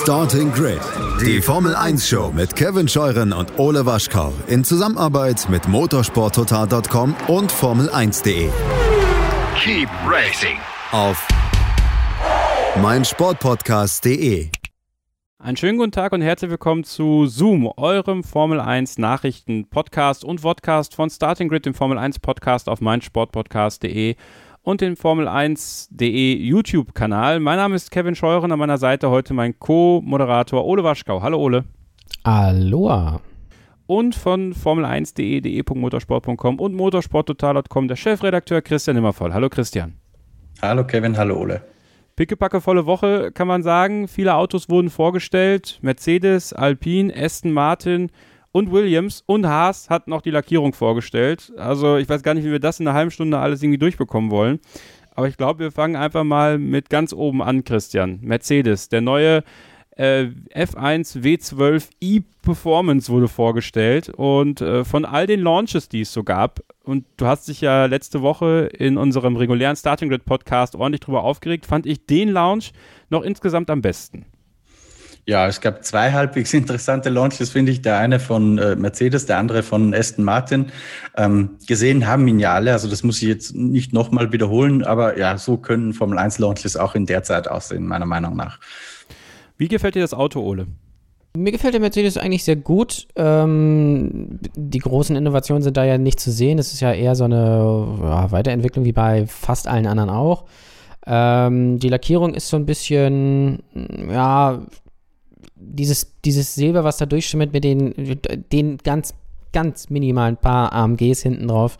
Starting Grid, die Formel 1 Show mit Kevin Scheuren und Ole Waschkau in Zusammenarbeit mit motorsporttotal.com und Formel1.de. Keep racing Auf meinsportpodcast.de. Einen schönen guten Tag und herzlich willkommen zu Zoom, eurem Formel 1 Nachrichten Podcast und Vodcast von Starting Grid, dem Formel 1 Podcast auf meinsportpodcast.de und dem Formel1.de YouTube-Kanal. Mein Name ist Kevin Scheuren, an meiner Seite heute mein Co-Moderator Ole Waschkau. Hallo Ole. Aloha. Und von Formel1.de, de.motorsport.com und motorsporttotal.com der Chefredakteur Christian Nimmervoll. Hallo Christian. Hallo Kevin, hallo Ole. Pickepackevolle Woche, kann man sagen. Viele Autos wurden vorgestellt. Mercedes, Alpine, Aston Martin und Williams und Haas hat noch die Lackierung vorgestellt. Also ich weiß gar nicht, wie wir das in einer halben Stunde alles irgendwie durchbekommen wollen. Aber ich glaube, wir fangen einfach mal mit ganz oben an, Christian. Mercedes, der neue F1 W12 E-Performance wurde vorgestellt und von all den Launches, die es so gab, und du hast dich ja letzte Woche in unserem regulären Starting Grid Podcast ordentlich drüber aufgeregt, fand ich den Launch noch insgesamt am besten. Ja, es gab zwei halbwegs interessante Launches, finde ich. Der eine von Mercedes, der andere von Aston Martin. Gesehen haben ihn ja alle, also das muss ich jetzt nicht nochmal wiederholen, aber ja, so können Formel 1 Launches auch in der Zeit aussehen, meiner Meinung nach. Wie gefällt dir das Auto, Ole? Mir gefällt der Mercedes eigentlich sehr gut. Die großen Innovationen sind da ja nicht zu sehen. Es ist ja eher so eine Weiterentwicklung wie bei fast allen anderen auch. Die Lackierung ist so ein bisschen, dieses Silber, was da durchschimmert mit den ganz, ganz minimalen paar AMGs hinten drauf.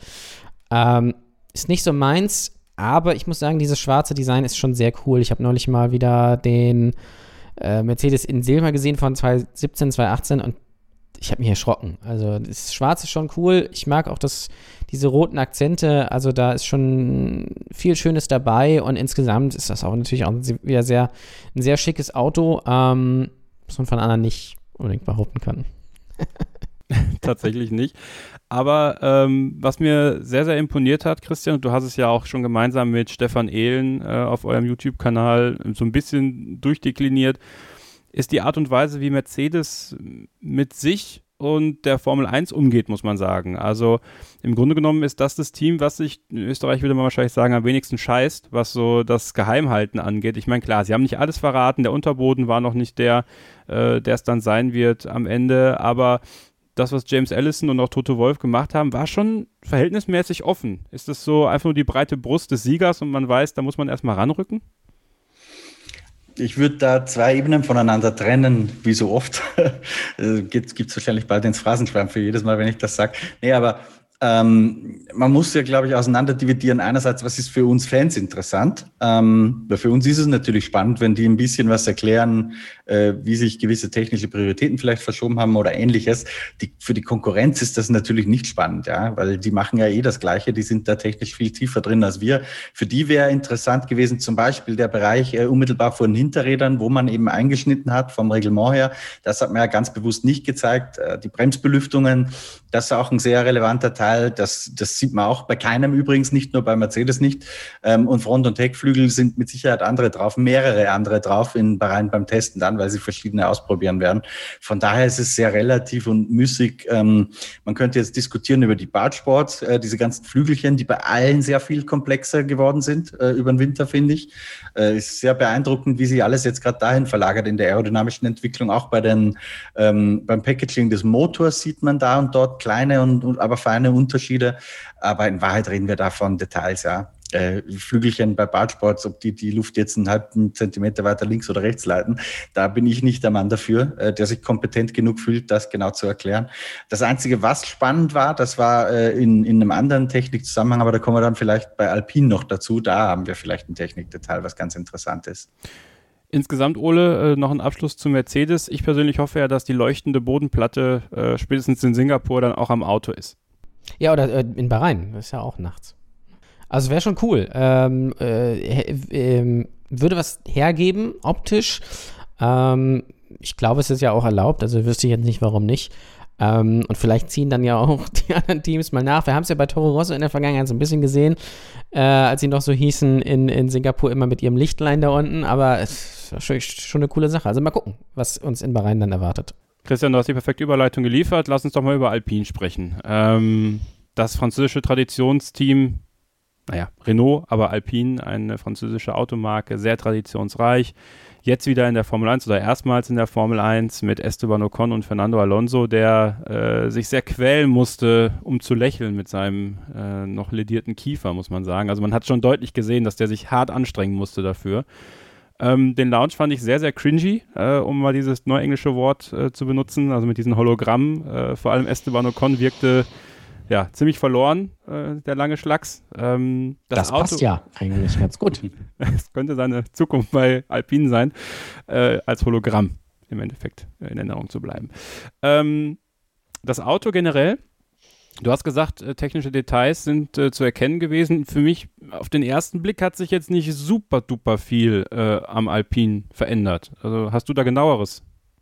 Ist nicht so meins, aber ich muss sagen, dieses schwarze Design ist schon sehr cool. Ich habe neulich mal wieder den Mercedes in Silber gesehen von 2017, 2018 und ich habe mich erschrocken. Also das Schwarze ist schon cool. Ich mag auch diese roten Akzente. Also da ist schon viel Schönes dabei und insgesamt ist das auch natürlich auch wieder ein sehr schickes Auto, was man von anderen nicht unbedingt behaupten kann. Tatsächlich nicht. Aber was mir sehr, sehr imponiert hat, Christian, und du hast es ja auch schon gemeinsam mit Stefan Ehlen auf eurem YouTube-Kanal so ein bisschen durchdekliniert, ist die Art und Weise, wie Mercedes mit sich und der Formel 1 umgeht, muss man sagen. Also im Grunde genommen ist das Team, was sich in Österreich, würde man wahrscheinlich sagen, am wenigsten scheißt, was so das Geheimhalten angeht. Ich meine, klar, sie haben nicht alles verraten, der Unterboden war noch nicht der es dann sein wird am Ende, aber das, was James Allison und auch Toto Wolff gemacht haben, war schon verhältnismäßig offen. Ist das so einfach nur die breite Brust des Siegers und man weiß, da muss man erstmal ranrücken? Ich würde da zwei Ebenen voneinander trennen, wie so oft. Gibt's wahrscheinlich bald ins Phrasenschwein für jedes Mal, wenn ich das sage. Nee, aber man muss ja, glaube ich, auseinander dividieren. Einerseits, was ist für uns Fans interessant? Weil für uns ist es natürlich spannend, wenn die ein bisschen was erklären, wie sich gewisse technische Prioritäten vielleicht verschoben haben oder Ähnliches. Für die Konkurrenz ist das natürlich nicht spannend, ja, weil die machen ja das Gleiche, die sind da technisch viel tiefer drin als wir. Für die wäre interessant gewesen, zum Beispiel der Bereich unmittelbar vor den Hinterrädern, wo man eben eingeschnitten hat vom Reglement her. Das hat man ja ganz bewusst nicht gezeigt. Die Bremsbelüftungen, das ist auch ein sehr relevanter Teil. Das sieht man auch bei keinem übrigens, nicht nur bei Mercedes nicht. Und Front- und Heckflügel sind mit Sicherheit andere drauf, mehrere andere drauf in Bahrain beim Testen dann, weil sie verschiedene ausprobieren werden. Von daher ist es sehr relativ und müßig. Man könnte jetzt diskutieren über die Bartsports, diese ganzen Flügelchen, die bei allen sehr viel komplexer geworden sind über den Winter, finde ich. Ist sehr beeindruckend, wie sich alles jetzt gerade dahin verlagert in der aerodynamischen Entwicklung. Auch beim Packaging des Motors sieht man da und dort kleine aber feine Unterschiede. Aber in Wahrheit reden wir da von Details, ja. Flügelchen bei Bartsports, ob die Luft jetzt einen halben Zentimeter weiter links oder rechts leiten, da bin ich nicht der Mann dafür, der sich kompetent genug fühlt, das genau zu erklären. Das Einzige, was spannend war, das war in einem anderen Technikzusammenhang, aber da kommen wir dann vielleicht bei Alpine noch dazu, da haben wir vielleicht ein Technikdetail, was ganz interessant ist. Insgesamt, Ole, noch ein Abschluss zu Mercedes. Ich persönlich hoffe ja, dass die leuchtende Bodenplatte spätestens in Singapur dann auch am Auto ist. Ja, oder in Bahrain, das ist ja auch nachts. Also wäre schon cool. Würde was hergeben, optisch. Ich glaube, es ist ja auch erlaubt, also wüsste ich jetzt nicht, warum nicht. Und vielleicht ziehen dann ja auch die anderen Teams mal nach. Wir haben es ja bei Toro Rosso in der Vergangenheit so ein bisschen gesehen, als sie noch so hießen in Singapur, immer mit ihrem Lichtlein da unten. Aber es ist schon eine coole Sache. Also mal gucken, was uns in Bahrain dann erwartet. Christian, du hast die perfekte Überleitung geliefert. Lass uns doch mal über Alpine sprechen. Das französische Traditionsteam, Renault, aber Alpine, eine französische Automarke, sehr traditionsreich. Jetzt wieder in der Formel 1 oder erstmals in der Formel 1 mit Esteban Ocon und Fernando Alonso, der sich sehr quälen musste, um zu lächeln mit seinem noch ledierten Kiefer, muss man sagen. Also man hat schon deutlich gesehen, dass der sich hart anstrengen musste dafür. Den Launch fand ich sehr, sehr cringy, um mal dieses neuenglische Wort zu benutzen, also mit diesen Hologrammen. Vor allem Esteban Ocon wirkte ziemlich verloren, der lange Schlacks. Das Auto, passt ja eigentlich ganz gut. Es könnte seine Zukunft bei Alpine sein, als Hologramm im Endeffekt in Erinnerung zu bleiben. Das Auto generell, du hast gesagt, technische Details sind zu erkennen gewesen. Für mich auf den ersten Blick hat sich jetzt nicht super duper viel am Alpine verändert. Also hast du da genaueres?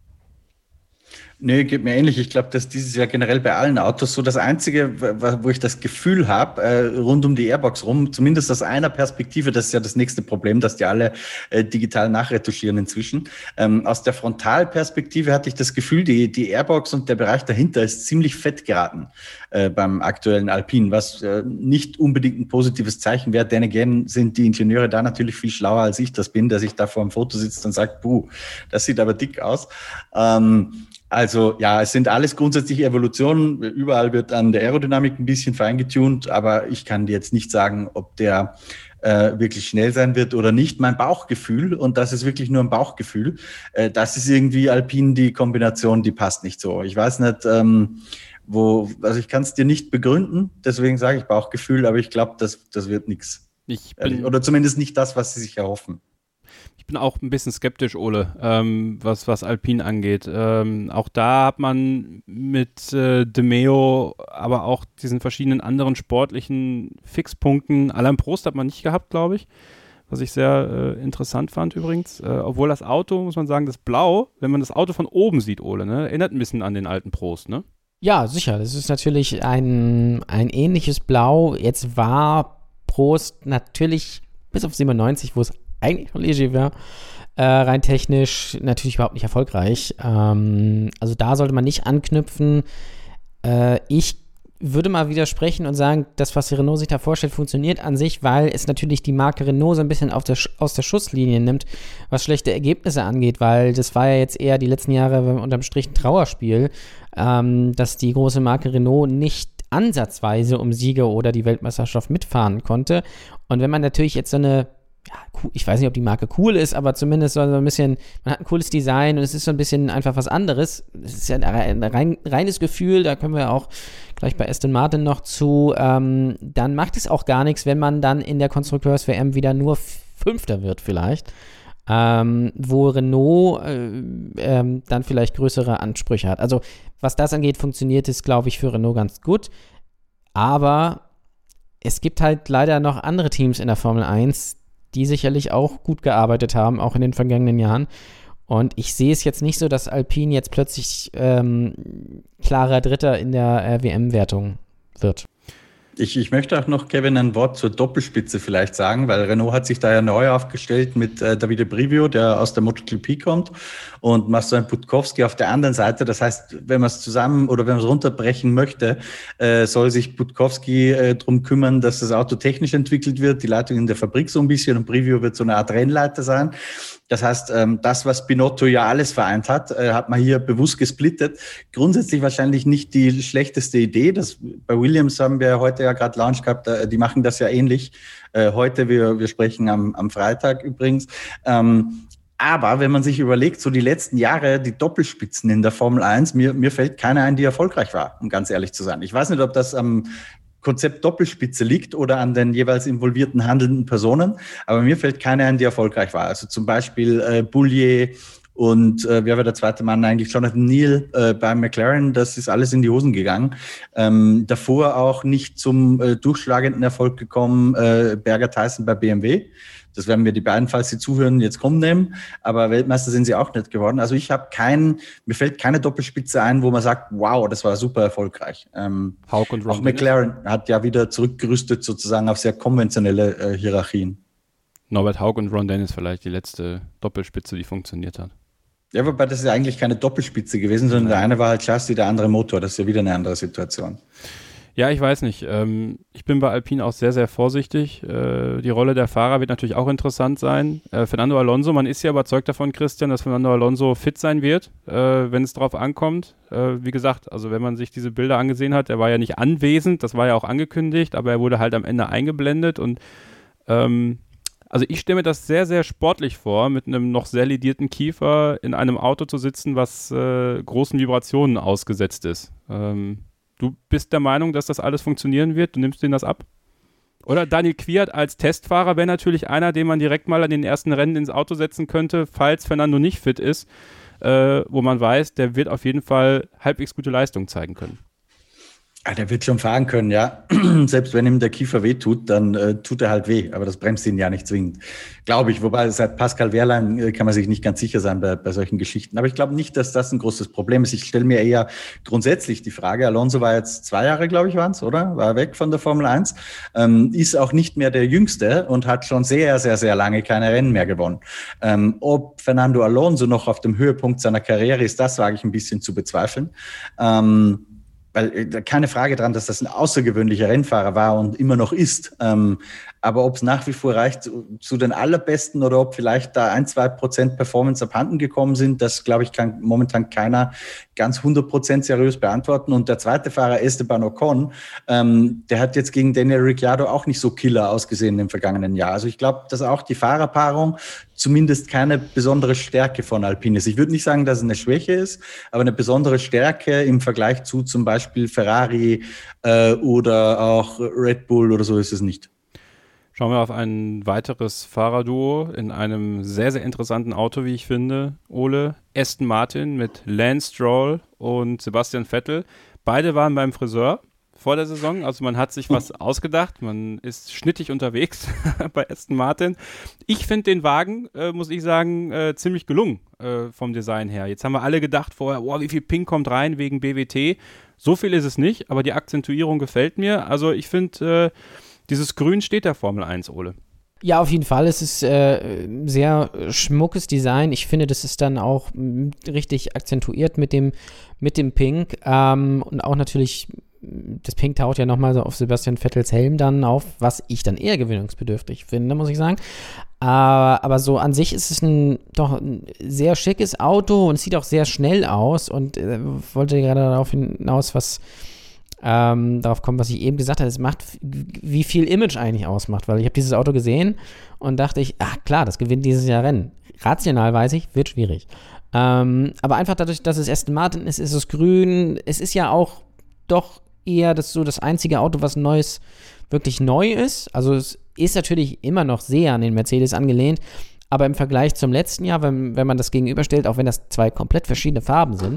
Nee, geht mir ähnlich. Ich glaube, dass dieses Jahr generell bei allen Autos so das Einzige, wo ich das Gefühl habe, rund um die Airbox rum, zumindest aus einer Perspektive, das ist ja das nächste Problem, dass die alle digital nachretuschieren inzwischen. Aus der Frontalperspektive hatte ich das Gefühl, die Airbox und der Bereich dahinter ist ziemlich fett geraten beim aktuellen Alpine, was nicht unbedingt ein positives Zeichen wäre. Denn again sind die Ingenieure da natürlich viel schlauer als ich das bin, der sich da vor dem Foto sitzt und sagt, das sieht aber dick aus. Also ja, es sind alles grundsätzlich Evolutionen. Überall wird an der Aerodynamik ein bisschen feingetunt, aber ich kann dir jetzt nicht sagen, ob der wirklich schnell sein wird oder nicht. Mein Bauchgefühl, und das ist wirklich nur ein Bauchgefühl, das ist irgendwie Alpine, die Kombination, die passt nicht so. Ich weiß nicht, also ich kann es dir nicht begründen, deswegen sage ich Bauchgefühl, aber ich glaube, das wird nichts. Oder zumindest nicht das, was sie sich erhoffen. Ich bin auch ein bisschen skeptisch, Ole, was Alpine angeht. Auch da hat man mit De Meo, aber auch diesen verschiedenen anderen sportlichen Fixpunkten, Alain Prost hat man nicht gehabt, glaube ich, was ich sehr interessant fand übrigens. Obwohl das Auto, muss man sagen, das Blau, wenn man das Auto von oben sieht, Ole, ne, erinnert ein bisschen an den alten Prost, ne? Ja, sicher. Das ist natürlich ein ähnliches Blau. Jetzt war Prost natürlich bis auf 97, wo es eigentlich noch leger wäre, rein technisch natürlich überhaupt nicht erfolgreich. Also da sollte man nicht anknüpfen. Ich würde mal widersprechen und sagen, das, was Renault sich da vorstellt, funktioniert an sich, weil es natürlich die Marke Renault so ein bisschen aus der Schusslinie nimmt, was schlechte Ergebnisse angeht, weil das war ja jetzt eher die letzten Jahre unterm Strich ein Trauerspiel, dass die große Marke Renault nicht ansatzweise um Siege oder die Weltmeisterschaft mitfahren konnte. Und wenn man natürlich jetzt so eine ich weiß nicht, ob die Marke cool ist, aber zumindest so ein bisschen, man hat ein cooles Design und es ist so ein bisschen einfach was anderes. Es ist ja ein reines Gefühl, da können wir auch gleich bei Aston Martin noch zu, dann macht es auch gar nichts, wenn man dann in der Konstrukteurs-WM wieder nur Fünfter wird vielleicht, wo Renault dann vielleicht größere Ansprüche hat. Also was das angeht, funktioniert es, glaube ich, für Renault ganz gut, aber es gibt halt leider noch andere Teams in der Formel 1, die sicherlich auch gut gearbeitet haben, auch in den vergangenen Jahren. Und ich sehe es jetzt nicht so, dass Alpine jetzt plötzlich klarer Dritter in der WM-Wertung wird. Ich möchte auch noch, Kevin, ein Wort zur Doppelspitze vielleicht sagen, weil Renault hat sich da ja neu aufgestellt mit Davide Brivio, der aus der MotoGP kommt, und Marcin Budkowski auf der anderen Seite. Das heißt, wenn man es zusammen oder wenn man es runterbrechen möchte, soll sich Budkowski drum kümmern, dass das Auto technisch entwickelt wird, die Leitung in der Fabrik so ein bisschen, und Brivio wird so eine Art Rennleiter sein. Das heißt, das, was Binotto ja alles vereint hat, hat man hier bewusst gesplittet. Grundsätzlich wahrscheinlich nicht die schlechteste Idee. Bei Williams haben wir heute ja gerade Launch gehabt, die machen das ja ähnlich. Heute, wir sprechen am Freitag übrigens. Aber wenn man sich überlegt, so die letzten Jahre, die Doppelspitzen in der Formel 1, mir fällt keiner ein, die erfolgreich war, um ganz ehrlich zu sein. Ich weiß nicht, ob das am Konzept Doppelspitze liegt oder an den jeweils involvierten handelnden Personen, aber mir fällt keiner ein, die erfolgreich war. Also zum Beispiel Boulier und wer war der zweite Mann eigentlich? Jonathan Neal bei McLaren, das ist alles in die Hosen gegangen. Davor auch nicht zum durchschlagenden Erfolg gekommen, Berger Tyson bei BMW. Das werden mir die beiden, falls sie zuhören, jetzt krumm nehmen. Aber Weltmeister sind sie auch nicht geworden. Also mir fällt keine Doppelspitze ein, wo man sagt, wow, das war super erfolgreich. Hauck und auch McLaren hat ja wieder zurückgerüstet sozusagen auf sehr konventionelle Hierarchien. Norbert Hauck und Ron Dennis vielleicht die letzte Doppelspitze, die funktioniert hat. Ja, wobei das ist ja eigentlich keine Doppelspitze gewesen, sondern der eine war halt Chassis, der andere Motor. Das ist ja wieder eine andere Situation. Ja, ich weiß nicht. Ich bin bei Alpine auch sehr, sehr vorsichtig. Die Rolle der Fahrer wird natürlich auch interessant sein. Fernando Alonso, man ist ja überzeugt davon, Christian, dass Fernando Alonso fit sein wird, wenn es drauf ankommt. Wie gesagt, also wenn man sich diese Bilder angesehen hat, er war ja nicht anwesend, das war ja auch angekündigt, aber er wurde halt am Ende eingeblendet und also ich stelle mir das sehr, sehr sportlich vor, mit einem noch sehr ledierten Kiefer in einem Auto zu sitzen, was großen Vibrationen ausgesetzt ist. Du bist der Meinung, dass das alles funktionieren wird? Du nimmst denen das ab? Oder Daniel Kvyat als Testfahrer wäre natürlich einer, den man direkt mal an den ersten Rennen ins Auto setzen könnte, falls Fernando nicht fit ist, wo man weiß, der wird auf jeden Fall halbwegs gute Leistung zeigen können. Ja, der wird schon fahren können, ja. Selbst wenn ihm der Kiefer wehtut, dann tut er halt weh. Aber das bremst ihn ja nicht zwingend, glaube ich. Wobei seit Pascal Wehrlein kann man sich nicht ganz sicher sein bei solchen Geschichten. Aber ich glaube nicht, dass das ein großes Problem ist. Ich stelle mir eher grundsätzlich die Frage, Alonso war jetzt 2 Jahre, glaube ich, waren es, oder? War weg von der Formel 1. Ist auch nicht mehr der Jüngste und hat schon sehr, sehr, sehr lange keine Rennen mehr gewonnen. Ob Fernando Alonso noch auf dem Höhepunkt seiner Karriere ist, das wage ich ein bisschen zu bezweifeln. Weil keine Frage dran, dass das ein außergewöhnlicher Rennfahrer war und immer noch ist. Aber ob es nach wie vor reicht zu den Allerbesten oder ob vielleicht da 1-2% Performance abhanden gekommen sind, das, glaube ich, kann momentan keiner ganz 100% seriös beantworten. Und der zweite Fahrer, Esteban Ocon, der hat jetzt gegen Daniel Ricciardo auch nicht so killer ausgesehen im vergangenen Jahr. Also ich glaube, dass auch die Fahrerpaarung zumindest keine besondere Stärke von Alpine ist. Ich würde nicht sagen, dass es eine Schwäche ist, aber eine besondere Stärke im Vergleich zu zum Beispiel Ferrari oder auch Red Bull oder so ist es nicht. Schauen wir auf ein weiteres Fahrerduo in einem sehr, sehr interessanten Auto, wie ich finde. Ole, Aston Martin mit Lance Stroll und Sebastian Vettel. Beide waren beim Friseur vor der Saison, also man hat sich was ausgedacht, man ist schnittig unterwegs bei Aston Martin. Ich finde den Wagen, muss ich sagen, ziemlich gelungen vom Design her. Jetzt haben wir alle gedacht vorher, wie viel Pink kommt rein wegen BWT. So viel ist es nicht, aber die Akzentuierung gefällt mir. Also ich finde, dieses Grün steht der Formel 1, Ole. Ja, auf jeden Fall. Es ist sehr schmuckes Design. Ich finde, das ist dann auch richtig akzentuiert mit dem Pink. Und auch natürlich, das Pink taucht ja nochmal so auf Sebastian Vettels Helm dann auf, was ich dann eher gewöhnungsbedürftig finde, muss ich sagen. Aber so an sich ist es doch ein sehr schickes Auto und es sieht auch sehr schnell aus. Und wollte gerade darauf hinaus, darauf kommen, was ich eben gesagt habe, es macht, wie viel Image eigentlich ausmacht, weil ich habe dieses Auto gesehen und dachte ich, klar, das gewinnt dieses Jahr Rennen. Rational weiß ich, wird schwierig. Aber einfach dadurch, dass es Aston Martin ist, ist es grün, es ist ja auch doch eher das einzige Auto, was Neues wirklich neu ist. Also es ist natürlich immer noch sehr an den Mercedes angelehnt, aber im Vergleich zum letzten Jahr, wenn man das gegenüberstellt, auch wenn das 2 komplett verschiedene Farben sind,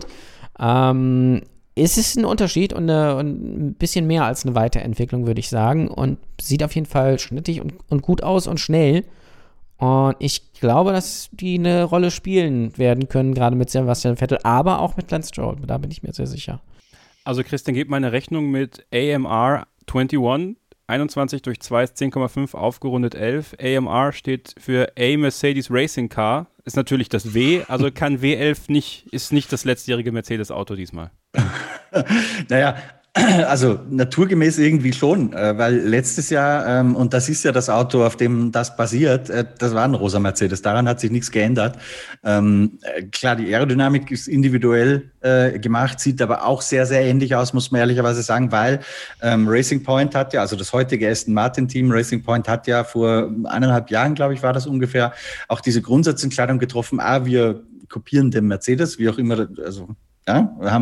ist es ein Unterschied und ein bisschen mehr als eine Weiterentwicklung, würde ich sagen. Und sieht auf jeden Fall schnittig und gut aus und schnell. Und ich glaube, dass die eine Rolle spielen werden können, gerade mit Sebastian Vettel, aber auch mit Lance Stroll. Da bin ich mir sehr sicher. Also Christian, gebt meine Rechnung mit AMR 21. 21 durch 2 ist 10,5, aufgerundet 11. AMR steht für A Mercedes Racing Car. Ist natürlich das W, also kann W11 ist nicht das letztjährige Mercedes-Auto diesmal. Naja, also naturgemäß irgendwie schon, weil letztes Jahr, und das ist ja das Auto, auf dem das basiert, das war ein rosa Mercedes, daran hat sich nichts geändert. Klar, die Aerodynamik ist individuell gemacht, sieht aber auch sehr, sehr ähnlich aus, muss man ehrlicherweise sagen, weil Racing Point hat ja, also das heutige Aston Martin Team, Racing Point hat ja vor 1,5 Jahren, glaube ich, war das ungefähr, auch diese Grundsatzentscheidung getroffen, wir kopieren den Mercedes, wie auch immer, also ja, wir haben ja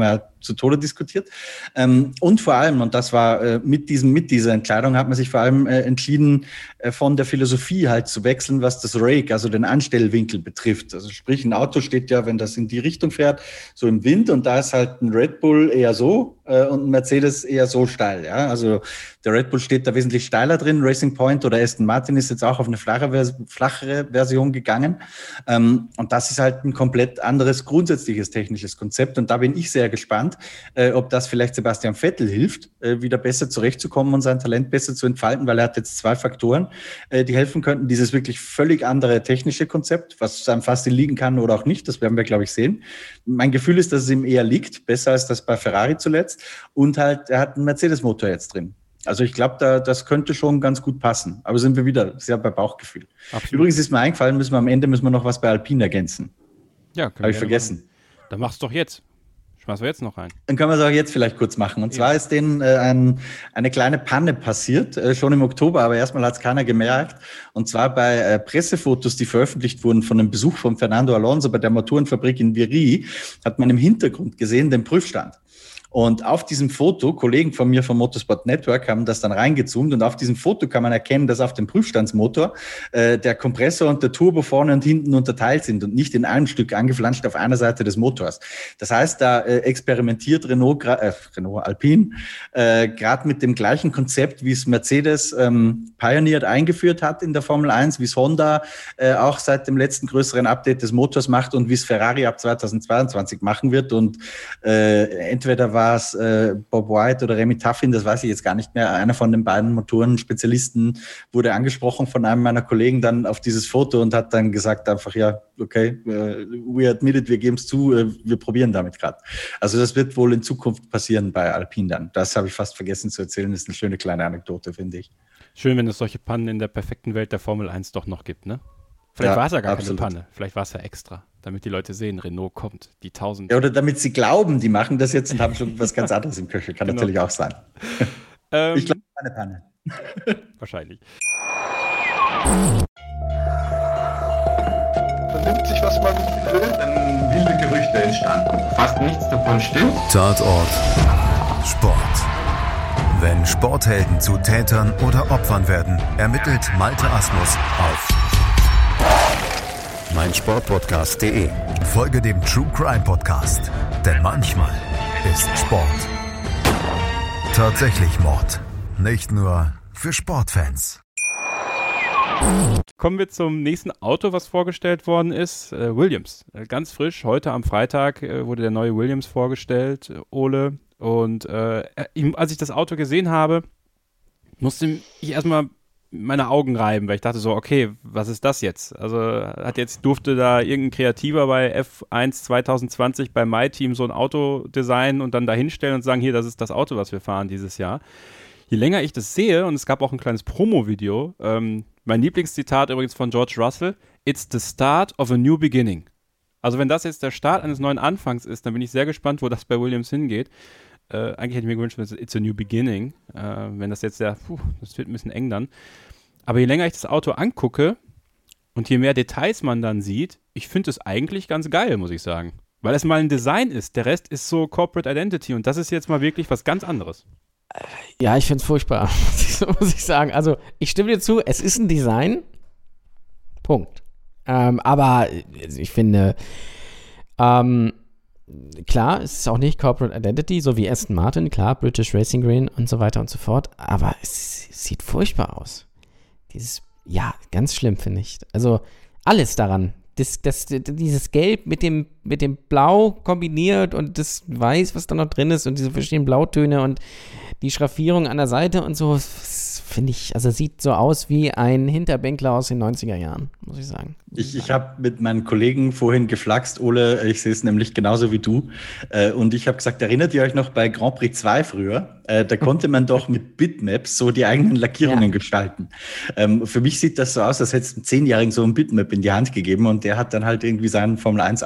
zu Tode diskutiert. Und vor allem, und das war mit dieser Entscheidung, hat man sich vor allem entschieden, von der Philosophie halt zu wechseln, was das Rake, also den Anstellwinkel betrifft. Also sprich, ein Auto steht ja, wenn das in die Richtung fährt, so im Wind, und da ist halt ein Red Bull eher so und ein Mercedes eher so steil. Ja? Also der Red Bull steht da wesentlich steiler drin, Racing Point oder Aston Martin ist jetzt auch auf eine flachere Version gegangen. Und das ist halt ein komplett anderes, grundsätzliches technisches Konzept. Und da bin ich sehr gespannt, ob das vielleicht Sebastian Vettel hilft, wieder besser zurechtzukommen und sein Talent besser zu entfalten, weil er hat jetzt 2 Faktoren, die helfen könnten. Dieses wirklich völlig andere technische Konzept, was einem fast liegen kann oder auch nicht, das werden wir, glaube ich, sehen. Mein Gefühl ist, dass es ihm eher liegt, besser als das bei Ferrari zuletzt. Und halt, er hat einen Mercedes-Motor jetzt drin. Also ich glaube, das könnte schon ganz gut passen. Aber sind wir wieder sehr bei Bauchgefühl. Absolut. Übrigens ist mir eingefallen, am Ende müssen wir noch was bei Alpine ergänzen. Ja, habe ich vergessen. Machen. Dann mach's doch jetzt. Schmeißen wir jetzt noch rein. Dann können wir es auch jetzt vielleicht kurz machen. Und zwar ist denen eine kleine Panne passiert, schon im Oktober, aber erstmal hat es keiner gemerkt. Und zwar bei Pressefotos, die veröffentlicht wurden von einem Besuch von Fernando Alonso bei der Motorenfabrik in Viry, hat man im Hintergrund gesehen den Prüfstand. Und auf diesem Foto, Kollegen von mir vom Motorsport Network haben das dann reingezoomt, und auf diesem Foto kann man erkennen, dass auf dem Prüfstandsmotor der Kompressor und der Turbo vorne und hinten unterteilt sind und nicht in einem Stück angeflanscht auf einer Seite des Motors. Das heißt, da experimentiert Alpine gerade mit dem gleichen Konzept, wie es Mercedes pioniert eingeführt hat in der Formel 1, wie es Honda auch seit dem letzten größeren Update des Motors macht und wie es Ferrari ab 2022 machen wird. Und entweder war es Bob White oder Remy Taffin, das weiß ich jetzt gar nicht mehr. Einer von den beiden Motorenspezialisten wurde angesprochen von einem meiner Kollegen dann auf dieses Foto und hat dann gesagt einfach, ja, okay, we admit it, wir geben es zu, wir probieren damit gerade. Also das wird wohl in Zukunft passieren bei Alpine dann. Das habe ich fast vergessen zu erzählen. Das ist eine schöne kleine Anekdote, finde ich. Schön, wenn es solche Pannen in der perfekten Welt der Formel 1 doch noch gibt, ne? Vielleicht war es ja gar absolut keine Panne. Vielleicht war es ja extra, damit die Leute sehen, Renault kommt, die 1000. Ja, oder damit sie glauben, die machen das jetzt und haben schon was ganz anderes im Köchel. Kann natürlich auch sein. Ich glaube, keine Panne. Wahrscheinlich. Vernimmt sich, was man will, dann wilde Gerüchte entstanden. Fast nichts davon stimmt. Tatort Sport. Wenn Sporthelden zu Tätern oder Opfern werden, ermittelt Malte Asmus auf meinsportpodcast.de. Folge dem True Crime Podcast, denn manchmal ist Sport tatsächlich Mord. Nicht nur für Sportfans. Kommen wir zum nächsten Auto, was vorgestellt worden ist. Williams. Ganz frisch, heute am Freitag wurde der neue Williams vorgestellt, Ole. Und als ich das Auto gesehen habe, musste ich erstmal meine Augen reiben, weil ich dachte so, okay, was ist das jetzt? Also durfte da irgendein Kreativer bei F1 2020 bei MyTeam so ein Auto designen und dann da hinstellen und sagen, hier, das ist das Auto, was wir fahren dieses Jahr. Je länger ich das sehe, und es gab auch ein kleines Promo-Video, mein Lieblingszitat übrigens von George Russell, "It's the start of a new beginning." Also wenn das jetzt der Start eines neuen Anfangs ist, dann bin ich sehr gespannt, wo das bei Williams hingeht. Eigentlich hätte ich mir gewünscht, it's a new beginning. Wenn das jetzt das wird ein bisschen eng dann. Aber je länger ich das Auto angucke und je mehr Details man dann sieht, ich finde es eigentlich ganz geil, muss ich sagen. Weil es mal ein Design ist. Der Rest ist so Corporate Identity und das ist jetzt mal wirklich was ganz anderes. Ja, ich finde es furchtbar, muss ich sagen. Also, ich stimme dir zu, es ist ein Design. Punkt. Aber ich finde, klar, es ist auch nicht Corporate Identity, so wie Aston Martin, klar, British Racing Green und so weiter und so fort, aber es sieht furchtbar aus. Ganz schlimm, finde ich. Also, alles daran. Dieses Gelb mit dem Blau kombiniert und das Weiß, was da noch drin ist und diese verschiedenen Blautöne und die Schraffierung an der Seite und so, finde ich, also sieht so aus wie ein Hinterbänkler aus den 90er Jahren, muss ich sagen. Ich habe mit meinen Kollegen vorhin geflaxt, Ole, ich sehe es nämlich genauso wie du. Und ich habe gesagt, erinnert ihr euch noch bei Grand Prix 2 früher? Da konnte man doch mit Bitmaps so die eigenen Lackierungen gestalten. Für mich sieht das so aus, als hätte es einem 10-Jährigen so ein Bitmap in die Hand gegeben und der hat dann halt irgendwie sein Formel-1-Auto designt.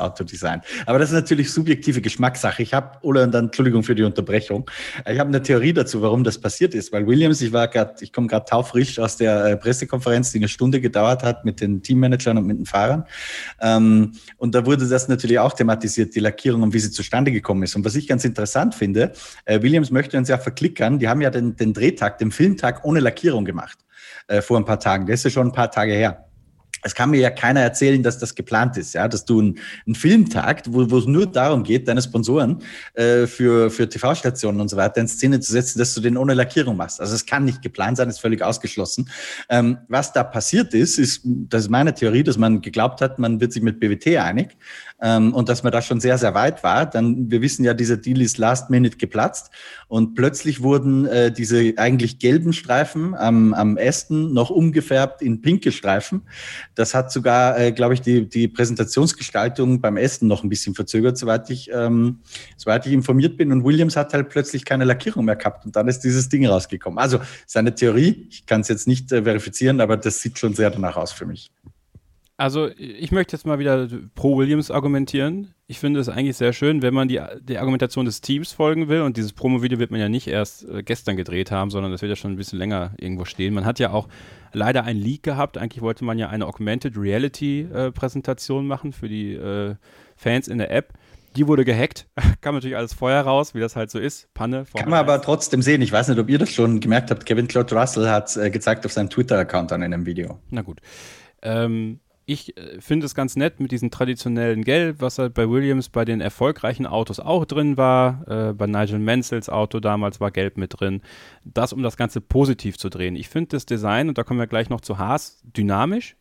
sein. Aber das ist natürlich subjektive Geschmackssache. Ole, und dann Entschuldigung für die Unterbrechung. Ich habe eine Theorie dazu, warum das passiert ist, weil Williams, ich komme gerade taufrisch aus der Pressekonferenz, die eine Stunde gedauert hat mit den Teammanagern und mit den Fahrern. Und da wurde das natürlich auch thematisiert, die Lackierung und wie sie zustande gekommen ist. Und was ich ganz interessant finde, Williams möchte uns ja verklickern, die haben ja den Drehtag, den Filmtag ohne Lackierung gemacht vor ein paar Tagen. Das ist ja schon ein paar Tage her. Es kann mir ja keiner erzählen, dass das geplant ist, ja, dass du einen Filmtag, wo es nur darum geht, deine Sponsoren für TV-Stationen und so weiter in Szene zu setzen, dass du den ohne Lackierung machst. Also es kann nicht geplant sein, ist völlig ausgeschlossen. Was da passiert ist, das ist meine Theorie, dass man geglaubt hat, man wird sich mit BWT einig und dass man da schon sehr, sehr weit war. Wir wissen ja, dieser Deal ist last minute geplatzt und plötzlich wurden diese eigentlich gelben Streifen am Aston noch umgefärbt in pinke Streifen. Das hat sogar, glaube ich, die Präsentationsgestaltung beim Aston noch ein bisschen verzögert, soweit ich informiert bin. Und Williams hat halt plötzlich keine Lackierung mehr gehabt und dann ist dieses Ding rausgekommen. Also seine Theorie, ich kann es jetzt nicht verifizieren, aber das sieht schon sehr danach aus für mich. Also ich möchte jetzt mal wieder pro Williams argumentieren. Ich finde es eigentlich sehr schön, wenn man die Argumentation des Teams folgen will. Und dieses Promo-Video wird man ja nicht erst gestern gedreht haben, sondern das wird ja schon ein bisschen länger irgendwo stehen. Man hat ja auch leider ein Leak gehabt. Eigentlich wollte man ja eine Augmented Reality-Präsentation machen für die Fans in der App. Die wurde gehackt. Kam natürlich alles vorher raus, wie das halt so ist. Panne. Kann man aber trotzdem sehen. Ich weiß nicht, ob ihr das schon gemerkt habt. Kevin Claude Russell hat es gezeigt auf seinem Twitter-Account an einem Video. Na gut. Ich finde es ganz nett mit diesem traditionellen Gelb, was halt bei Williams bei den erfolgreichen Autos auch drin war. Bei Nigel Mansells Auto damals war Gelb mit drin. Das, um das Ganze positiv zu drehen. Ich finde das Design, und da kommen wir gleich noch zu Haas, dynamisch.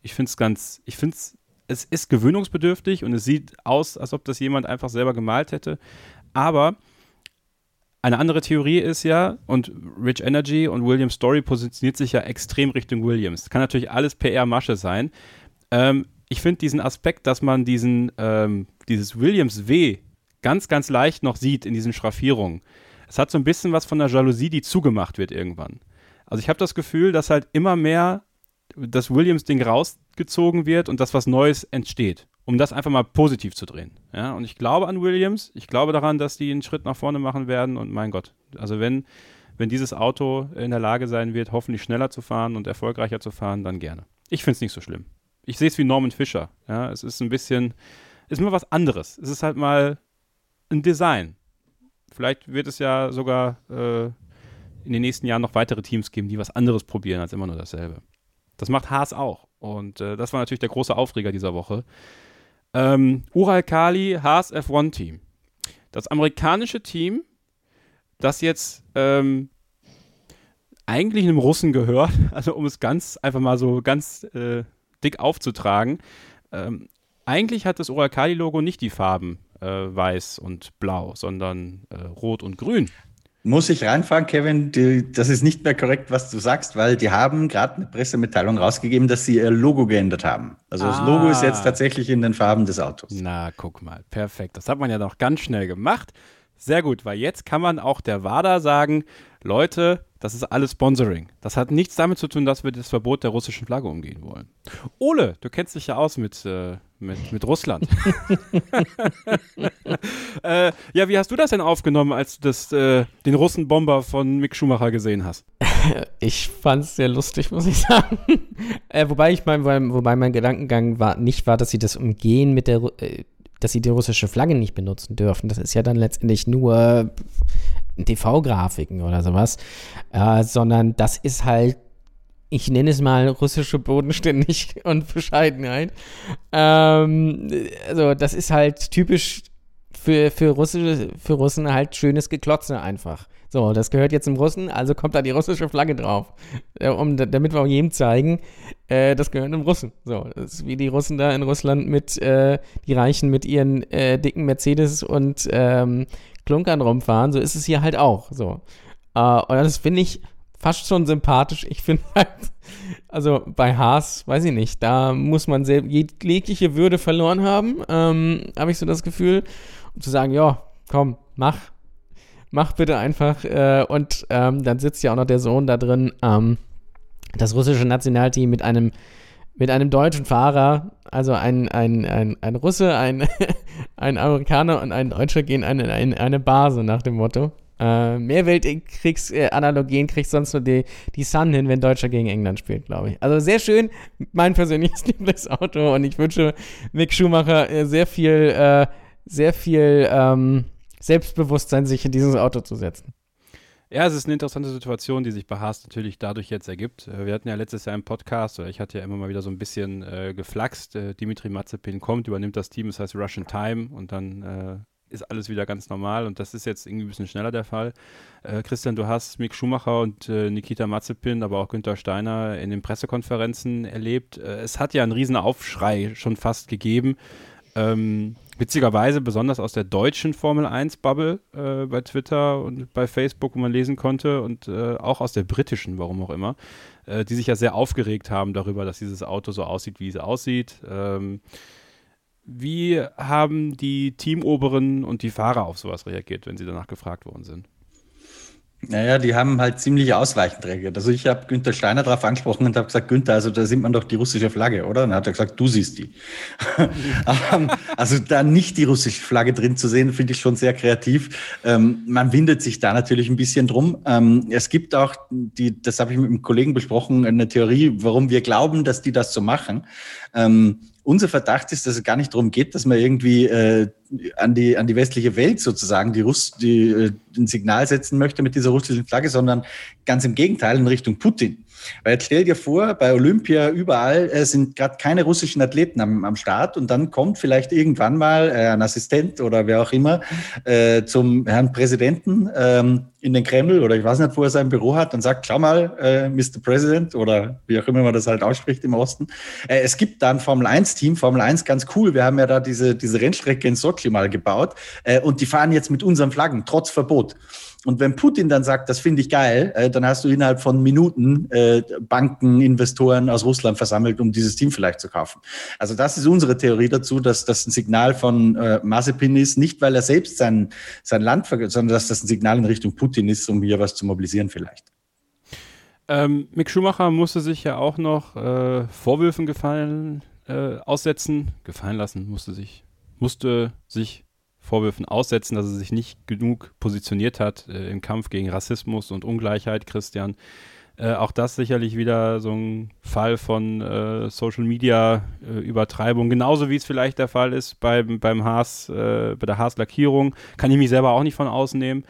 Es ist gewöhnungsbedürftig und es sieht aus, als ob das jemand einfach selber gemalt hätte. Aber eine andere Theorie ist ja, und Rich Energy und Williams Story positioniert sich ja extrem Richtung Williams. Kann natürlich alles PR-Masche sein. Ich finde diesen Aspekt, dass man dieses Williams W ganz, ganz leicht noch sieht in diesen Schraffierungen. Es hat so ein bisschen was von der Jalousie, die zugemacht wird irgendwann. Also ich habe das Gefühl, dass halt immer mehr das Williams-Ding rausgezogen wird und dass was Neues entsteht, um das einfach mal positiv zu drehen. Ja? Und ich glaube an Williams, ich glaube daran, dass die einen Schritt nach vorne machen werden und mein Gott, also wenn dieses Auto in der Lage sein wird, hoffentlich schneller zu fahren und erfolgreicher zu fahren, dann gerne. Ich finde es nicht so schlimm. Ich sehe es wie Norman Fischer. Ja, es ist ist mal was anderes. Es ist halt mal ein Design. Vielleicht wird es ja sogar in den nächsten Jahren noch weitere Teams geben, die was anderes probieren als immer nur dasselbe. Das macht Haas auch. Und das war natürlich der große Aufreger dieser Woche. Ural Kali, Haas F1-Team. Das amerikanische Team, das jetzt eigentlich einem Russen gehört, also um es ganz dick aufzutragen. Eigentlich hat das Ural Kali-Logo nicht die Farben weiß und blau, sondern rot und grün. Muss ich reinfahren, Kevin? Das ist nicht mehr korrekt, was du sagst, weil die haben gerade eine Pressemitteilung rausgegeben, dass sie ihr Logo geändert haben. Also das Logo ist jetzt tatsächlich in den Farben des Autos. Na, guck mal, perfekt. Das hat man ja noch ganz schnell gemacht. Sehr gut, weil jetzt kann man auch der WADA sagen, Leute, das ist alles Sponsoring. Das hat nichts damit zu tun, dass wir das Verbot der russischen Flagge umgehen wollen. Ole, du kennst dich ja aus mit Russland. Ja, wie hast du das denn aufgenommen, als du den Russenbomber von Mick Schumacher gesehen hast? Ich fand's sehr lustig, muss ich sagen. Wobei mein Gedankengang war, dass sie das umgehen dass sie die russische Flagge nicht benutzen dürfen. Das ist ja dann letztendlich nur TV-Grafiken oder sowas. Sondern das ist halt, ich nenne es mal russische Bodenständigkeit und Bescheidenheit. Also das ist halt typisch für Russen halt schönes Geklotze einfach. So, das gehört jetzt zum Russen, also kommt da die russische Flagge drauf. Damit wir auch jedem zeigen, das gehört dem Russen. So, das ist wie die Russen da in Russland die Reichen mit ihren dicken Mercedes und Klunkern rumfahren, so ist es hier halt auch. So. Und das finde ich fast schon sympathisch. Ich finde halt, also bei Haas, weiß ich nicht, da muss man jegliche Würde verloren haben, habe ich so das Gefühl, um zu sagen, ja, komm, mach bitte einfach. Und dann sitzt ja auch noch der Sohn da drin, das russische Nationalteam mit einem mit einem deutschen Fahrer, also ein Russe, ein Amerikaner und ein Deutscher gehen in eine Bar, so nach dem Motto. Mehr Weltkriegsanalogien kriegt sonst nur die Sun hin, wenn Deutschland gegen England spielt, glaube ich. Also sehr schön, mein persönliches Lieblingsauto, und ich wünsche Mick Schumacher sehr viel Selbstbewusstsein, sich in dieses Auto zu setzen. Ja, es ist eine interessante Situation, die sich bei Haas natürlich dadurch jetzt ergibt. Wir hatten ja letztes Jahr im Podcast, oder ich hatte ja immer mal wieder so ein bisschen geflaxt, Dimitri Mazepin kommt, übernimmt das Team, das heißt Russian Time, und dann ist alles wieder ganz normal, und das ist jetzt irgendwie ein bisschen schneller der Fall. Christian, du hast Mick Schumacher und Nikita Mazepin, aber auch Günther Steiner in den Pressekonferenzen erlebt. Es hat ja einen riesen Aufschrei schon fast gegeben. Witzigerweise besonders aus der deutschen Formel-1-Bubble bei Twitter und bei Facebook, wo man lesen konnte, und auch aus der britischen, warum auch immer, die sich ja sehr aufgeregt haben darüber, dass dieses Auto so aussieht, wie es aussieht. Wie haben die Teamoberen und die Fahrer auf sowas reagiert, wenn sie danach gefragt worden sind? Naja, die haben halt ziemlich ausweichend reagiert. Also ich habe Günther Steiner darauf angesprochen und habe gesagt, Günther, also da sieht man doch die russische Flagge, oder? Und dann hat er gesagt, du siehst die. Also da nicht die russische Flagge drin zu sehen, finde ich schon sehr kreativ. Man windet sich da natürlich ein bisschen drum. Es gibt auch, das habe ich mit einem Kollegen besprochen, eine Theorie, warum wir glauben, dass die das so machen. Unser Verdacht ist, dass es gar nicht darum geht, dass man irgendwie an die westliche Welt sozusagen ein Signal setzen möchte mit dieser russischen Flagge, sondern ganz im Gegenteil in Richtung Putin. Weil jetzt stell dir vor, bei Olympia überall sind gerade keine russischen Athleten am Start, und dann kommt vielleicht irgendwann mal ein Assistent oder wer auch immer zum Herrn Präsidenten in den Kreml, oder ich weiß nicht, wo er sein Büro hat, und sagt, schau mal, Mr. President, oder wie auch immer man das halt ausspricht im Osten. Es gibt da ein Formel-1-Team, Formel 1 ganz cool, wir haben ja da diese Rennstrecke in Sochi mal gebaut, und die fahren jetzt mit unseren Flaggen, trotz Verbot. Und wenn Putin dann sagt, das finde ich geil, dann hast du innerhalb von Minuten Banken, Investoren aus Russland versammelt, um dieses Team vielleicht zu kaufen. Also das ist unsere Theorie dazu, dass das ein Signal von Mazepin ist, nicht weil er selbst sein Land vergibt, sondern dass das ein Signal in Richtung Putin ist, um hier was zu mobilisieren vielleicht. Mick Schumacher musste sich ja auch noch Vorwürfen gefallen lassen, musste sich Vorwürfen aussetzen, dass er sich nicht genug positioniert hat im Kampf gegen Rassismus und Ungleichheit, Christian. Auch das sicherlich wieder so ein Fall von Social-Media-Übertreibung, genauso wie es vielleicht der Fall ist beim Haas, bei der Haas-Lackierung. Kann ich mich selber auch nicht von ausnehmen.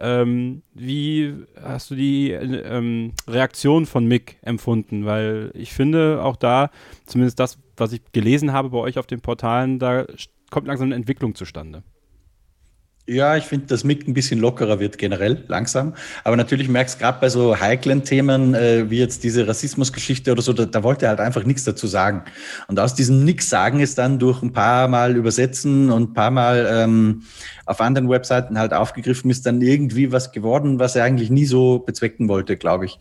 Wie hast du die Reaktion von Mick empfunden? Weil ich finde, auch da, zumindest das, was ich gelesen habe bei euch auf den Portalen, da kommt langsam eine Entwicklung zustande. Ja, ich finde, dass Mick ein bisschen lockerer wird generell, langsam. Aber natürlich merkst du gerade bei so heiklen Themen, wie jetzt diese Rassismusgeschichte oder so, da wollte er halt einfach nichts dazu sagen. Und aus diesem Nix sagen ist dann durch ein paar Mal übersetzen und ein paar Mal auf anderen Webseiten halt aufgegriffen, ist dann irgendwie was geworden, was er eigentlich nie so bezwecken wollte, glaube ich.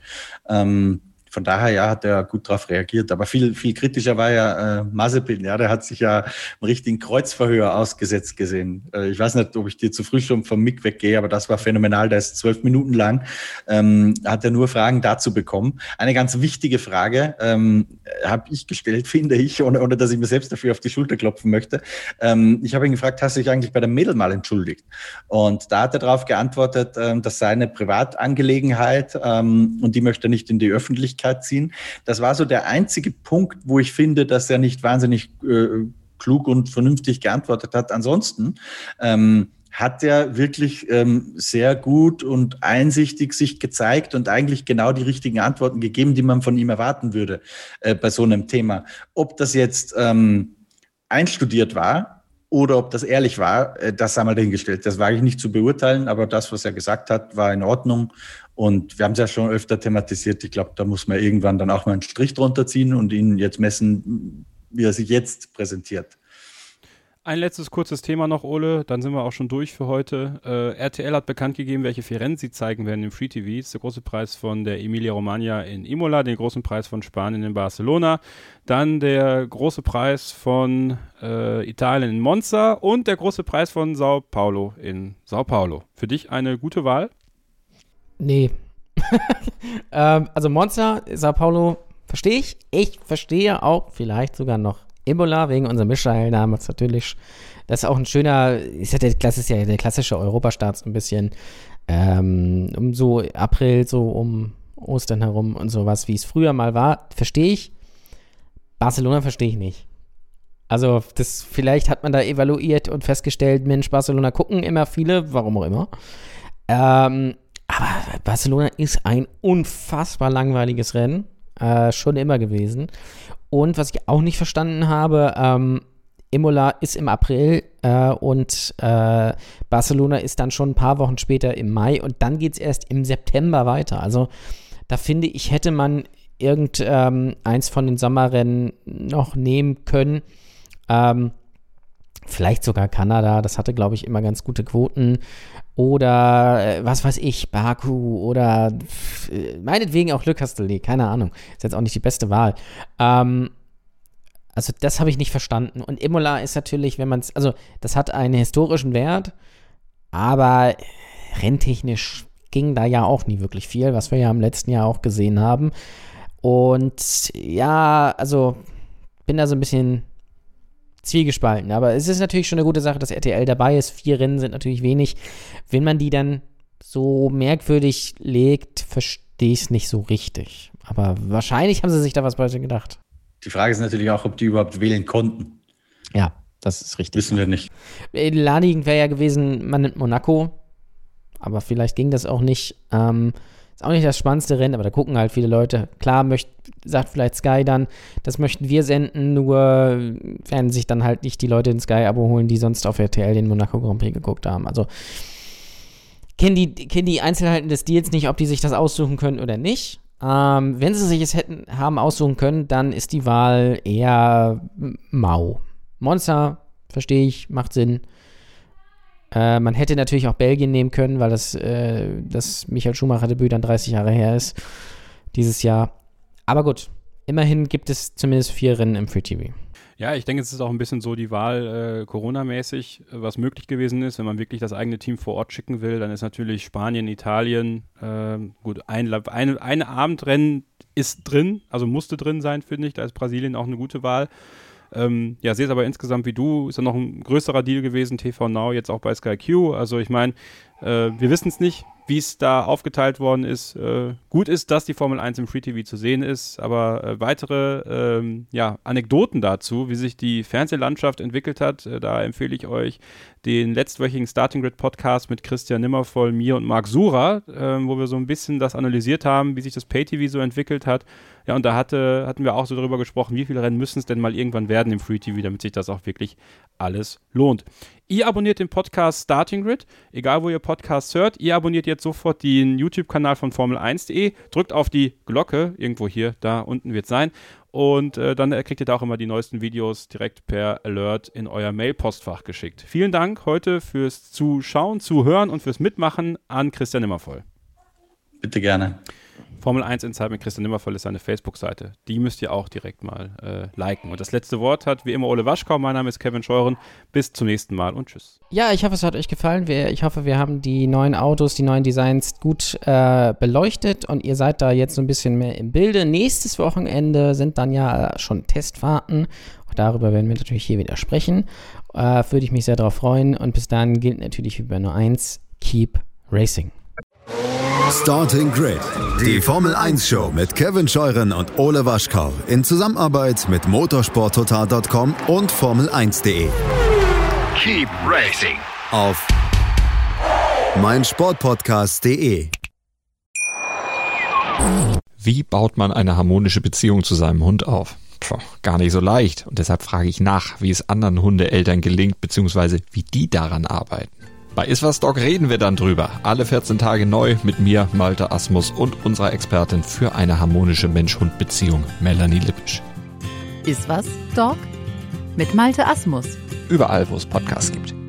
Von daher, ja, hat er gut darauf reagiert. Aber viel kritischer war ja Mazepin. Ja, der hat sich ja im richtigen Kreuzverhör ausgesetzt gesehen. Ich weiß nicht, ob ich dir zu früh schon vom Mick weggehe, aber das war phänomenal. Der ist 12 Minuten lang, hat er nur Fragen dazu bekommen. Eine ganz wichtige Frage habe ich gestellt, finde ich, ohne dass ich mir selbst dafür auf die Schulter klopfen möchte. Ich habe ihn gefragt, hast du dich eigentlich bei der Mädel mal entschuldigt? Und da hat er darauf geantwortet, das sei eine Privatangelegenheit und die möchte er nicht in die Öffentlichkeit ziehen. Das war so der einzige Punkt, wo ich finde, dass er nicht wahnsinnig klug und vernünftig geantwortet hat. Ansonsten hat er wirklich sehr gut und einsichtig sich gezeigt und eigentlich genau die richtigen Antworten gegeben, die man von ihm erwarten würde bei so einem Thema. Ob das jetzt einstudiert war oder ob das ehrlich war, das sei mal dahingestellt. Das wage ich nicht zu beurteilen, aber das, was er gesagt hat, war in Ordnung. Und wir haben es ja schon öfter thematisiert. Ich glaube, da muss man irgendwann dann auch mal einen Strich drunter ziehen und ihn jetzt messen, wie er sich jetzt präsentiert. Ein letztes kurzes Thema noch, Ole, dann sind wir auch schon durch für heute. RTL hat bekannt gegeben, welche vier Rennen sie zeigen werden im Free TV. Das ist der große Preis von der Emilia-Romagna in Imola, den großen Preis von Spanien in Barcelona, dann der große Preis von Italien in Monza und der große Preis von Sao Paulo in Sao Paulo. Für dich eine gute Wahl? Nee. Also Monza, Sao Paulo Verstehe ich. Ich verstehe auch vielleicht sogar noch Imola wegen unserem Michael damals natürlich. Das ist auch ein schöner, ist ja der klassische Europastart so ein bisschen. Um so April, so um Ostern herum und sowas, wie es früher mal war, verstehe ich. Barcelona verstehe ich nicht. Also das, vielleicht hat man da evaluiert und festgestellt, Mensch, Barcelona gucken immer viele, warum auch immer. Aber Barcelona ist ein unfassbar langweiliges Rennen, schon immer gewesen. Und was ich auch nicht verstanden habe, Imola ist im April und Barcelona ist dann schon ein paar Wochen später im Mai und dann geht es erst im September weiter. Also da finde ich, hätte man eins von den Sommerrennen noch nehmen können. Vielleicht sogar Kanada, das hatte, glaube ich, immer ganz gute Quoten. Oder, was weiß ich, Baku oder meinetwegen auch Le Castellet, keine Ahnung. Ist jetzt auch nicht die beste Wahl. Also das habe ich nicht verstanden. Und Imola ist natürlich, das hat einen historischen Wert, aber renntechnisch ging da ja auch nie wirklich viel, was wir ja im letzten Jahr auch gesehen haben. Und ja, also bin da so ein bisschen zwiegespalten. Aber es ist natürlich schon eine gute Sache, dass RTL dabei ist. 4 Rennen sind natürlich wenig. Wenn man die dann so merkwürdig legt, verstehe ich es nicht so richtig. Aber wahrscheinlich haben sie sich da was bei gedacht. Die Frage ist natürlich auch, ob die überhaupt wählen konnten. Ja, das ist richtig. Wissen wir nicht. Naheliegend wäre ja gewesen, man nimmt Monaco. Aber vielleicht ging das auch nicht. Ist auch nicht das spannendste Rennen, aber da gucken halt viele Leute. Klar, sagt vielleicht Sky dann, das möchten wir senden, nur werden sich dann halt nicht die Leute ein Sky-Abo holen, die sonst auf RTL den Monaco Grand Prix geguckt haben. Also kennen die Einzelheiten des Deals nicht, ob die sich das aussuchen können oder nicht. Wenn sie sich es haben aussuchen können, dann ist die Wahl eher mau. Monza, verstehe ich, macht Sinn. Man hätte natürlich auch Belgien nehmen können, weil das Michael Schumacher-Debüt dann 30 Jahre her ist, dieses Jahr. Aber gut, immerhin gibt es zumindest 4 Rennen im Free TV. Ja, ich denke, es ist auch ein bisschen so die Wahl Corona-mäßig, was möglich gewesen ist. Wenn man wirklich das eigene Team vor Ort schicken will, dann ist natürlich Spanien, Italien, gut, ein Abendrennen ist drin, also musste drin sein, finde ich. Da ist Brasilien auch eine gute Wahl. Ja, sehe es aber insgesamt wie du, ist ja noch ein größerer Deal gewesen, TV Now, jetzt auch bei Sky Q. Also ich meine, wir wissen es nicht, wie es da aufgeteilt worden ist. Gut ist, dass die Formel 1 im Free TV zu sehen ist, aber weitere Anekdoten dazu, wie sich die Fernsehlandschaft entwickelt hat, da empfehle ich euch den letztwöchigen Starting Grid Podcast mit Christian Nimmervoll, mir und Marc Surer, wo wir so ein bisschen das analysiert haben, wie sich das Pay-TV so entwickelt hat. Ja, und da hatten wir auch so darüber gesprochen, wie viele Rennen müssen es denn mal irgendwann werden im Free TV, damit sich das auch wirklich alles lohnt. Ihr abonniert den Podcast Starting Grid, egal wo ihr Podcasts hört. Ihr abonniert jetzt sofort den YouTube-Kanal von Formel1.de, drückt auf die Glocke, irgendwo hier, da unten wird es sein. Und dann kriegt ihr da auch immer die neuesten Videos direkt per Alert in euer Mail-Postfach geschickt. Vielen Dank heute fürs Zuschauen, Zuhören und fürs Mitmachen an Christian Nimmervoll. Bitte gerne. Formel 1 Insight mit Christian Nimmervoll ist seine Facebook-Seite. Die müsst ihr auch direkt mal liken. Und das letzte Wort hat wie immer Ole Waschkau. Mein Name ist Kevin Scheuren. Bis zum nächsten Mal und tschüss. Ja, ich hoffe, es hat euch gefallen. Ich hoffe, wir haben die neuen Autos, die neuen Designs gut beleuchtet und ihr seid da jetzt so ein bisschen mehr im Bilde. Nächstes Wochenende sind dann ja schon Testfahrten. Auch darüber werden wir natürlich hier wieder sprechen. Würde ich mich sehr darauf freuen. Und bis dann gilt natürlich wie bei nur eins: Keep Racing. Starting Grid, die Formel 1 Show mit Kevin Scheuren und Ole Waschkau in Zusammenarbeit mit motorsporttotal.com und Formel1.de. Keep Racing Auf meinsportpodcast.de. Wie baut man eine harmonische Beziehung zu seinem Hund auf? Gar nicht so leicht. Und deshalb frage ich nach, wie es anderen Hundeeltern gelingt, beziehungsweise wie die daran arbeiten. Bei Iswas Dog reden wir dann drüber. Alle 14 Tage neu mit mir, Malte Asmus und unserer Expertin für eine harmonische Mensch-Hund-Beziehung, Melanie Lippisch. Iswas Dog mit Malte Asmus. Überall, wo es Podcasts gibt.